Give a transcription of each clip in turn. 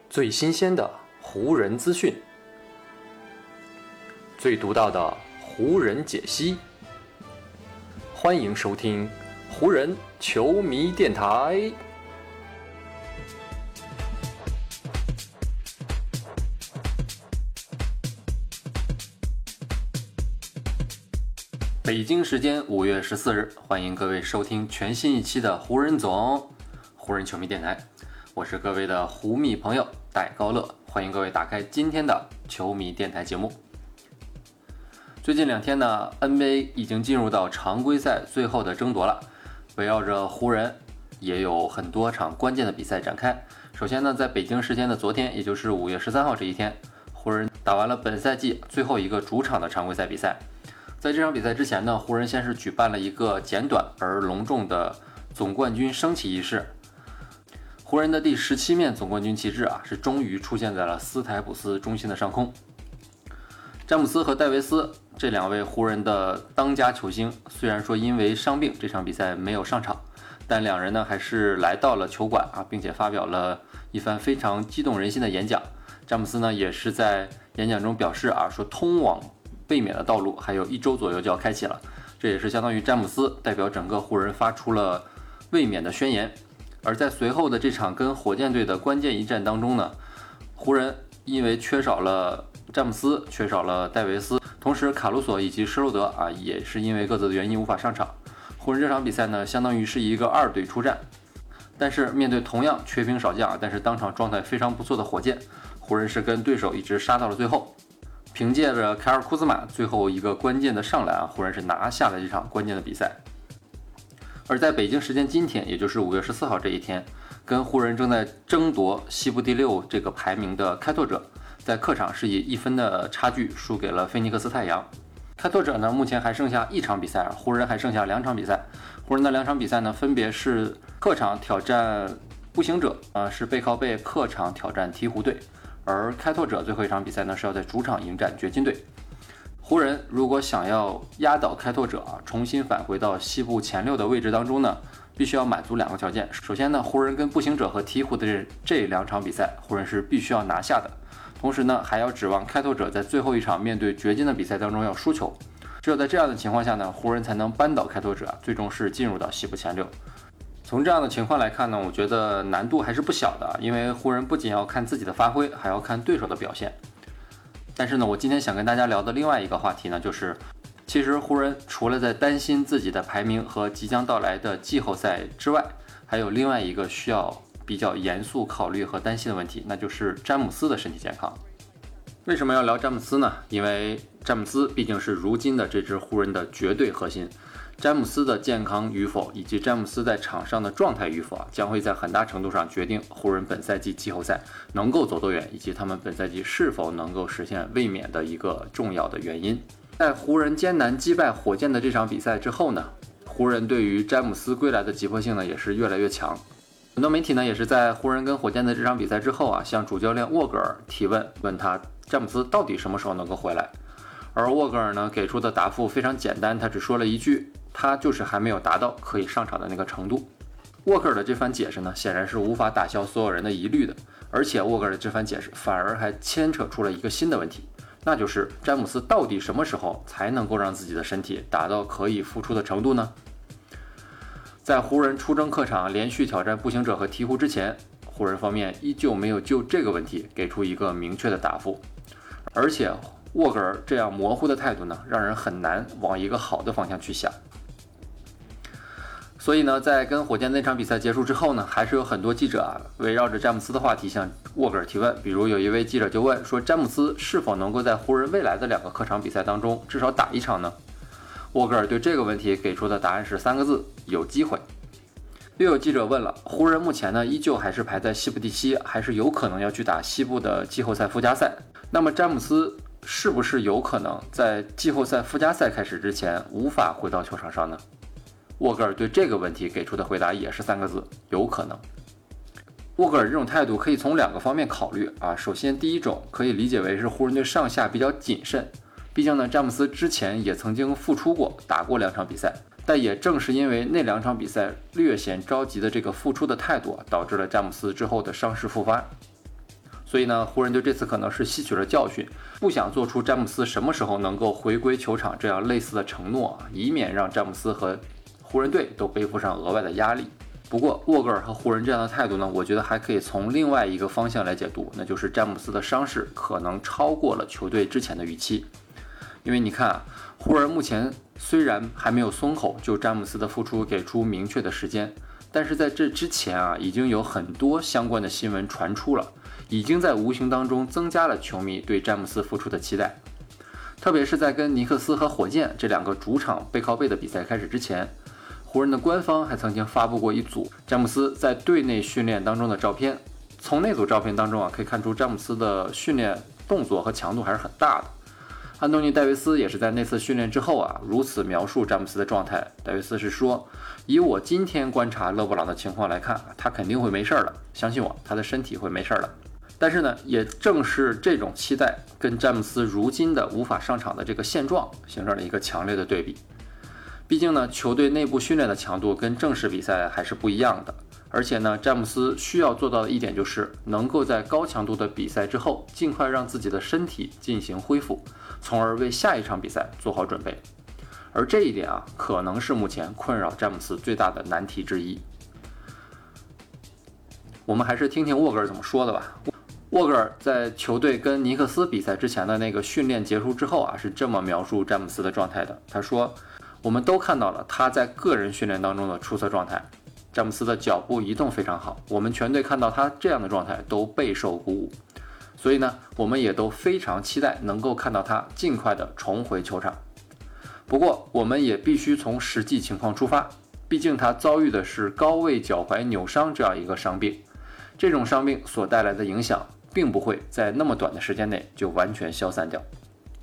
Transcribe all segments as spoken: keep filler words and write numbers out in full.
最新鲜的湖人资讯，最独到的湖人解析。欢迎收听湖人球迷电台。北京时间五月十四日，欢迎各位收听全新一期的湖人总湖人球迷电台。我是各位的湖迷朋友戴高乐，欢迎各位打开今天的球迷电台节目。最近两天呢 N B A 已经进入到常规赛最后的争夺了，围绕着湖人也有很多场关键的比赛展开。首先呢，在北京时间的昨天，也就是五月十三号这一天，湖人打完了本赛季最后一个主场的常规赛比赛。在这场比赛之前呢，湖人先是举办了一个简短而隆重的总冠军升旗仪式。湖人的第十七面总冠军旗帜啊，是终于出现在了斯台普斯中心的上空。詹姆斯和戴维斯这两位湖人的当家球星，虽然说因为伤病这场比赛没有上场，但两人呢还是来到了球馆啊，并且发表了一番非常激动人心的演讲。詹姆斯呢也是在演讲中表示啊，说通往卫冕的道路还有一周左右就要开启了，这也是相当于詹姆斯代表整个湖人发出了卫冕的宣言。而在随后的这场跟火箭队的关键一战当中呢，湖人因为缺少了詹姆斯，缺少了戴维斯，同时卡鲁索以及施罗德啊也是因为各自的原因无法上场。湖人这场比赛呢，相当于是一个二队出战，但是面对同样缺兵少将，但是当场状态非常不错的火箭，湖人是跟对手一直杀到了最后。凭借着凯尔库兹马最后一个关键的上篮啊，湖人是拿下了这场关键的比赛。而在北京时间今天，也就是五月十四号这一天，跟湖人正在争夺西部第六这个排名的开拓者，在客场是以一分的差距输给了菲尼克斯太阳。开拓者呢，目前还剩下一场比赛，湖人还剩下两场比赛。湖人的两场比赛呢，分别是客场挑战步行者，呃，是背靠背客场挑战鹈鹕队，而开拓者最后一场比赛呢，是要在主场迎战掘金队。湖人如果想要压倒开拓者啊，重新返回到西部前六的位置当中呢，必须要满足两个条件。首先呢，湖人跟步行者和鹈鹕的这这两场比赛，湖人是必须要拿下的。同时呢，还要指望开拓者在最后一场面对掘金的比赛当中要输球。只有在这样的情况下呢，湖人才能扳倒开拓者，最终是进入到西部前六。从这样的情况来看呢，我觉得难度还是不小的，因为湖人不仅要看自己的发挥，还要看对手的表现。但是呢，我今天想跟大家聊的另外一个话题呢，就是其实湖人除了在担心自己的排名和即将到来的季后赛之外，还有另外一个需要比较严肃考虑和担心的问题，那就是詹姆斯的身体健康。为什么要聊詹姆斯呢？因为詹姆斯毕竟是如今的这支湖人的绝对核心。詹姆斯的健康与否，以及詹姆斯在场上的状态与否啊，将会在很大程度上决定湖人本赛季季后赛能够走多远，以及他们本赛季是否能够实现卫冕的一个重要的原因。在湖人艰难击败火箭的这场比赛之后呢，湖人对于詹姆斯归来的急迫性呢也是越来越强。很多媒体呢也是在湖人跟火箭的这场比赛之后啊，向主教练沃格尔提问，问他詹姆斯到底什么时候能够回来。而沃格尔呢给出的答复非常简单，他只说了一句，他就是还没有达到可以上场的那个程度。沃格尔的这番解释呢，显然是无法打消所有人的疑虑的，而且沃格尔的这番解释反而还牵扯出了一个新的问题，那就是詹姆斯到底什么时候才能够让自己的身体达到可以复出的程度呢？在湖人出征客场连续挑战步行者和鹈鹕之前，湖人方面依旧没有就这个问题给出一个明确的答复，而且沃格尔这样模糊的态度呢，让人很难往一个好的方向去想。所以呢，在跟火箭那场比赛结束之后呢，还是有很多记者啊围绕着詹姆斯的话题向沃格尔提问。比如有一位记者就问说，詹姆斯是否能够在湖人未来的两个客场比赛当中至少打一场呢？沃格尔对这个问题给出的答案是三个字：有机会。又有记者问了，湖人目前呢依旧还是排在西部第七，还是有可能要去打西部的季后赛附加赛，那么詹姆斯是不是有可能在季后赛附加赛开始之前无法回到球场上呢？沃格尔对这个问题给出的回答也是三个字：有可能。沃格尔这种态度可以从两个方面考虑啊。首先，第一种可以理解为是湖人队上下比较谨慎，毕竟呢，詹姆斯之前也曾经复出过，打过两场比赛，但也正是因为那两场比赛略显着急的这个复出的态度啊，导致了詹姆斯之后的伤势复发。 所以呢，湖人队这次可能是吸取了教训，不想做出詹姆斯什么时候能够回归球场这样类似的承诺，以免让詹姆斯和湖人队都背负上额外的压力。不过沃格尔和湖人这样的态度呢，我觉得还可以从另外一个方向来解读，那就是詹姆斯的伤势可能超过了球队之前的预期。因为你看啊，湖人目前虽然还没有松口就詹姆斯的复出给出明确的时间，但是在这之前啊，已经有很多相关的新闻传出了，已经在无形当中增加了球迷对詹姆斯复出的期待。特别是在跟尼克斯和火箭这两个主场背靠背的比赛开始之前，湖人的官方还曾经发布过一组詹姆斯在队内训练当中的照片。从那组照片当中啊，可以看出詹姆斯的训练动作和强度还是很大的。安东尼·戴维斯也是在那次训练之后啊，如此描述詹姆斯的状态。戴维斯是说，以我今天观察勒布朗的情况来看，他肯定会没事的，相信我，他的身体会没事的。但是呢，也正是这种期待跟詹姆斯如今的无法上场的这个现状形成了一个强烈的对比。毕竟呢，球队内部训练的强度跟正式比赛还是不一样的。而且呢，詹姆斯需要做到的一点就是能够在高强度的比赛之后尽快让自己的身体进行恢复，从而为下一场比赛做好准备。而这一点啊，可能是目前困扰詹姆斯最大的难题之一。我们还是听听沃格尔怎么说的吧。沃格尔在球队跟尼克斯比赛之前的那个训练结束之后啊，是这么描述詹姆斯的状态的。他说，我们都看到了他在个人训练当中的出色状态。詹姆斯的脚步移动非常好，我们全队看到他这样的状态都备受鼓舞，所以呢，我们也都非常期待能够看到他尽快的重回球场。不过，我们也必须从实际情况出发，毕竟他遭遇的是高位脚踝扭伤这样一个伤病，这种伤病所带来的影响，并不会在那么短的时间内就完全消散掉。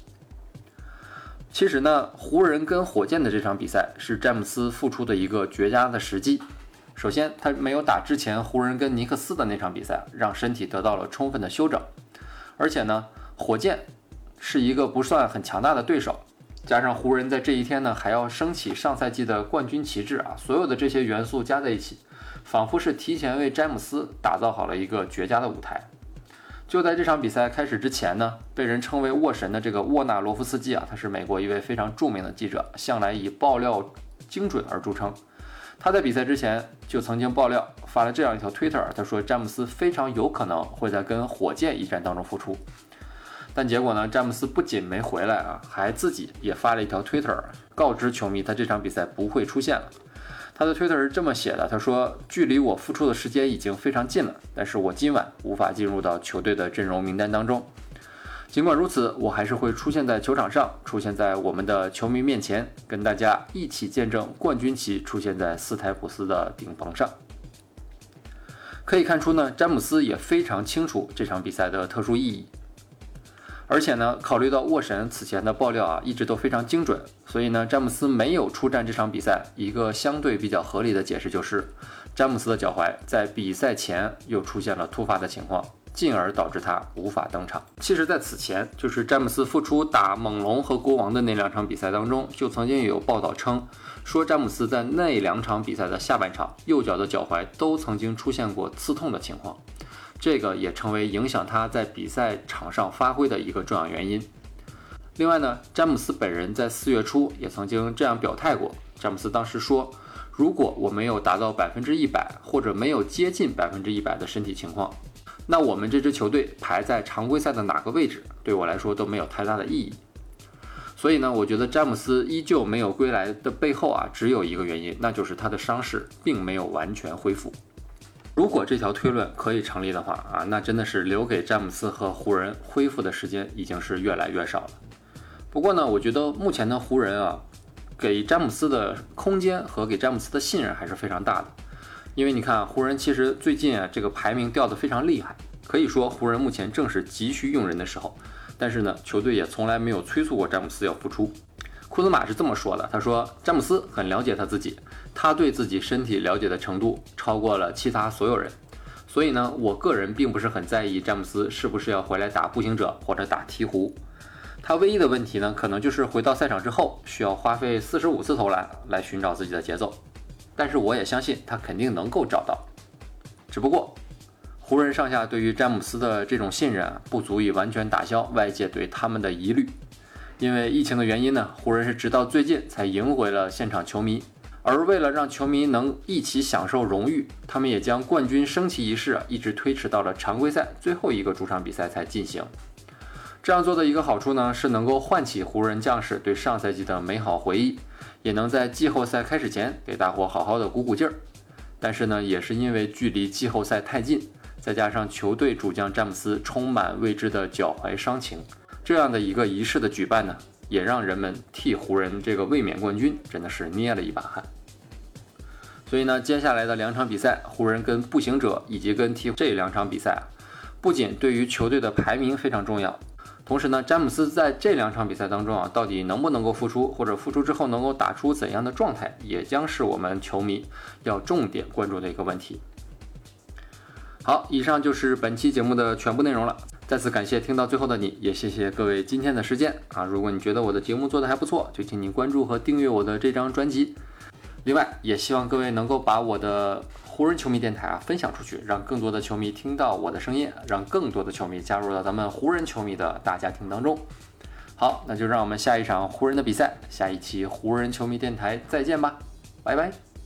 其实呢，湖人跟火箭的这场比赛是詹姆斯复出的一个绝佳的时机。首先，他没有打之前湖人跟尼克斯的那场比赛，让身体得到了充分的休整。而且呢，火箭是一个不算很强大的对手，加上湖人在这一天呢还要升起上赛季的冠军旗帜啊，所有的这些元素加在一起，仿佛是提前为詹姆斯打造好了一个绝佳的舞台。就在这场比赛开始之前呢，被人称为沃神的这个沃纳罗夫斯基啊，他是美国一位非常著名的记者，向来以爆料精准而著称。他在比赛之前就曾经爆料发了这样一条推特，他说詹姆斯非常有可能会在跟火箭一战当中复出。但结果呢，詹姆斯不仅没回来啊，还自己也发了一条推特，告知球迷他这场比赛不会出现了。他的推特是这么写的，他说，距离我复出的时间已经非常近了，但是我今晚无法进入到球队的阵容名单当中。尽管如此，我还是会出现在球场上，出现在我们的球迷面前，跟大家一起见证冠军旗出现在斯台普斯的顶棚上。可以看出呢，詹姆斯也非常清楚这场比赛的特殊意义。而且呢，考虑到沃神此前的爆料啊，一直都非常精准，所以呢，詹姆斯没有出战这场比赛，一个相对比较合理的解释就是，詹姆斯的脚踝在比赛前又出现了突发的情况，进而导致他无法登场。其实在此前，就是詹姆斯复出打猛龙和国王的那两场比赛当中，就曾经有报道称，说詹姆斯在那两场比赛的下半场，右脚的脚踝都曾经出现过刺痛的情况。这个也成为影响他在比赛场上发挥的一个重要原因。另外呢，詹姆斯本人在四月初也曾经这样表态过。詹姆斯当时说，如果我没有达到百分之一百，或者没有接近百分之一百的身体情况，那我们这支球队排在常规赛的哪个位置，对我来说都没有太大的意义。所以呢，我觉得詹姆斯依旧没有归来的背后啊，只有一个原因，那就是他的伤势并没有完全恢复。如果这条推论可以成立的话啊，那真的是留给詹姆斯和湖人恢复的时间已经是越来越少了。不过呢，我觉得目前的湖人啊，给詹姆斯的空间和给詹姆斯的信任还是非常大的。因为你看，湖人其实最近啊这个排名掉得非常厉害，可以说湖人目前正是急需用人的时候。但是呢，球队也从来没有催促过詹姆斯要复出。库兹马是这么说的，他说詹姆斯很了解他自己，他对自己身体了解的程度超过了其他所有人，所以呢，我个人并不是很在意詹姆斯是不是要回来打步行者或者打鹈鹕。他唯一的问题呢，可能就是回到赛场之后需要花费四十五次投篮来寻找自己的节奏，但是我也相信他肯定能够找到。只不过湖人上下对于詹姆斯的这种信任啊，不足以完全打消外界对他们的疑虑。因为疫情的原因呢，湖人是直到最近才赢回了现场球迷。而为了让球迷能一起享受荣誉，他们也将冠军升旗仪式啊一直推迟到了常规赛最后一个主场比赛才进行。这样做的一个好处呢，是能够唤起湖人将士对上赛季的美好回忆，也能在季后赛开始前给大伙好好的鼓鼓劲儿。但是呢，也是因为距离季后赛太近，再加上球队主将詹姆斯充满未知的脚踝伤情，这样的一个仪式的举办呢，也让人们替湖人这个卫冕冠军真的是捏了一把汗。所以呢，接下来的两场比赛，湖人跟步行者以及跟鹈鹕这两场比赛啊，不仅对于球队的排名非常重要，同时呢，詹姆斯在这两场比赛当中啊，到底能不能够复出，或者复出之后能够打出怎样的状态，也将是我们球迷要重点关注的一个问题。好，以上就是本期节目的全部内容了。再次感谢听到最后的你，也谢谢各位今天的时间啊！如果你觉得我的节目做得还不错，就请您关注和订阅我的这张专辑。另外，也希望各位能够把我的湖人球迷电台啊分享出去，让更多的球迷听到我的声音，让更多的球迷加入到咱们湖人球迷的大家庭当中。好，那就让我们下一场湖人的比赛，下一期湖人球迷电台再见吧，拜拜。